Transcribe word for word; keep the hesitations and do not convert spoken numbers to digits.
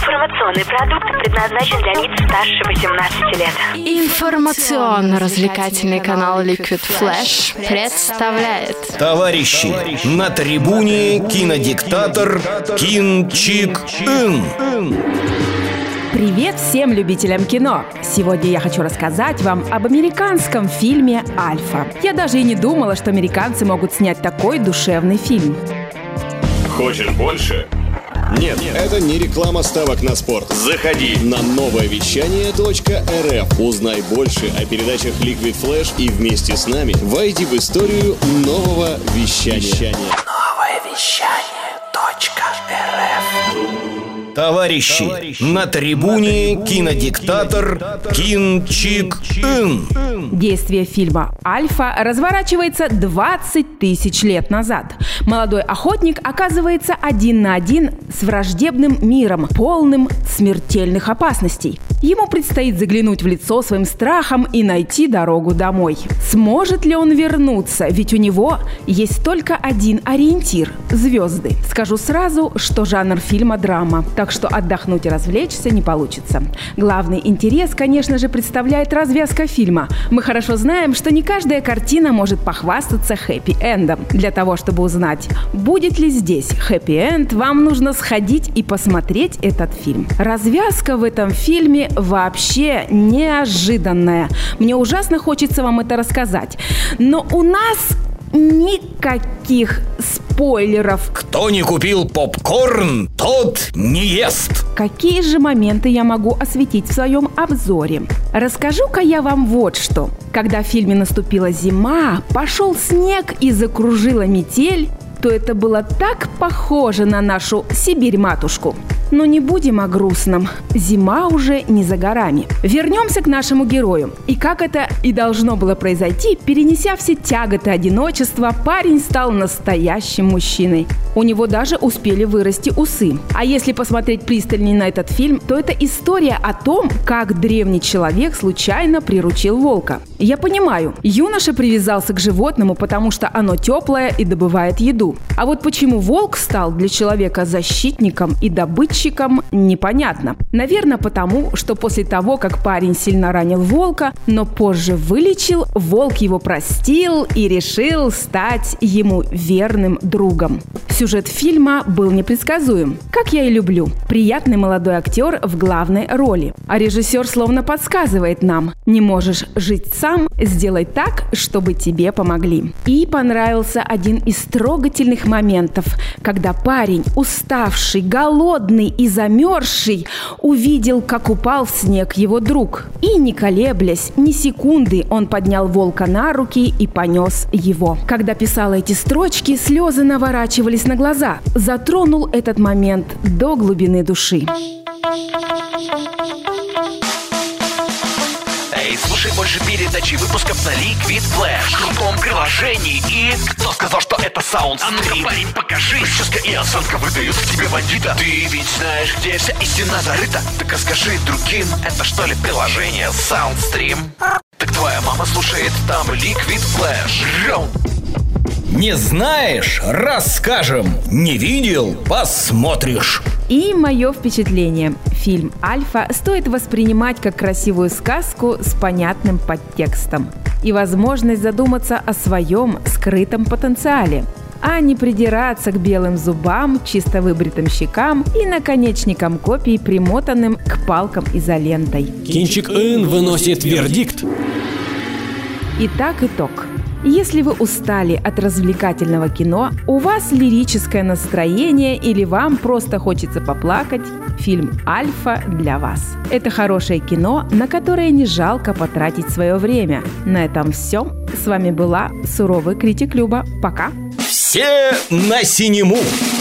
Информационный продукт предназначен для лиц старше восемнадцати лет. Информационно-развлекательный канал Liquid Flash представляет: товарищи, на трибуне кинодиктатор Кин Чик Ын. Привет всем любителям кино! Сегодня я хочу рассказать вам об американском фильме «Альфа». Я даже и не думала, что американцы могут снять такой душевный фильм. Хочешь больше? Нет, это не реклама ставок на спорт. Заходи на новое вещание точка эр эф. Узнай больше о передачах Liquid Flash и вместе с нами войди в историю нового вещания. Новое вещание точка эр эф. Товарищи, на трибуне кинодиктатор Кин Чик Ын. Действие фильма «Альфа» разворачивается двадцать тысяч лет назад. Молодой охотник оказывается один на один с враждебным миром, полным смертельных опасностей. Ему предстоит заглянуть в лицо своим страхом и найти дорогу домой. Сможет ли он вернуться? Ведь у него есть только один ориентир – звезды. Скажу сразу, что жанр фильма – драма, так что отдохнуть и развлечься не получится. Главный интерес, конечно же, представляет развязка фильма. Мы хорошо знаем, что не каждая картина может похвастаться хэппи-эндом. Для того, чтобы узнать, будет ли здесь хэппи-энд, вам нужно сходить и посмотреть этот фильм. Развязка в этом фильме вообще неожиданная. Мне ужасно хочется вам это рассказать. Но у нас никаких спойлеров. Кто не купил попкорн, тот не ест. Какие же моменты я могу осветить в своем обзоре? Расскажу-ка я вам вот что. Когда в фильме наступила зима, пошел снег и закружила метель, то это было так похоже на нашу Сибирь-матушку. Но не будем о грустном. Зима уже не за горами. Вернемся к нашему герою. И как это и должно было произойти, перенеся все тяготы одиночества, парень стал настоящим мужчиной. У него даже успели вырасти усы. А если посмотреть пристальнее на этот фильм, то это история о том, как древний человек случайно приручил волка. Я понимаю, юноша привязался к животному, потому что оно теплое и добывает еду. А вот почему волк стал для человека защитником и добытчиком, непонятно. Наверное, потому, что после того, как парень сильно ранил волка, но позже вылечил, волк его простил и решил стать ему верным другом. Сюжет фильма был непредсказуем, как я и люблю. Приятный молодой актер в главной роли. А режиссер словно подсказывает нам: не можешь жить сам, сделай так, чтобы тебе помогли. И понравился один из трогательных моментов, когда парень, уставший, голодный и замерзший, увидел, как упал в снег его друг. И, не колеблясь ни секунды, он поднял волка на руки и понес его. Когда писала эти строчки, слезы наворачивались на глаза. Затронул этот момент до глубины души. Эй, слушай больше передачи выпусков на Liquid Flash в крутом приложении. И кто сказал, что это Soundstream? А ну-ка, парень, покажи. Прическа и осанка выдают в тебе бандита. Ты ведь знаешь, где вся истина зарыта. Так расскажи другим, это что ли приложение Soundstream? Так твоя мама слушает там Liquid Flash. Не знаешь? Расскажем. Не видел? Посмотришь. И мое впечатление. Фильм «Альфа» стоит воспринимать как красивую сказку с понятным подтекстом и возможность задуматься о своем скрытом потенциале, а не придираться к белым зубам, чисто выбритым щекам и наконечникам копий, примотанным к палкам изолентой. Кин Чик Ын выносит вердикт. Итак, итог. Если вы устали от развлекательного кино, у вас лирическое настроение или вам просто хочется поплакать, фильм «Альфа» для вас. Это хорошее кино, на которое не жалко потратить свое время. На этом все. С вами была суровый критик Люба. Пока. Все на синему.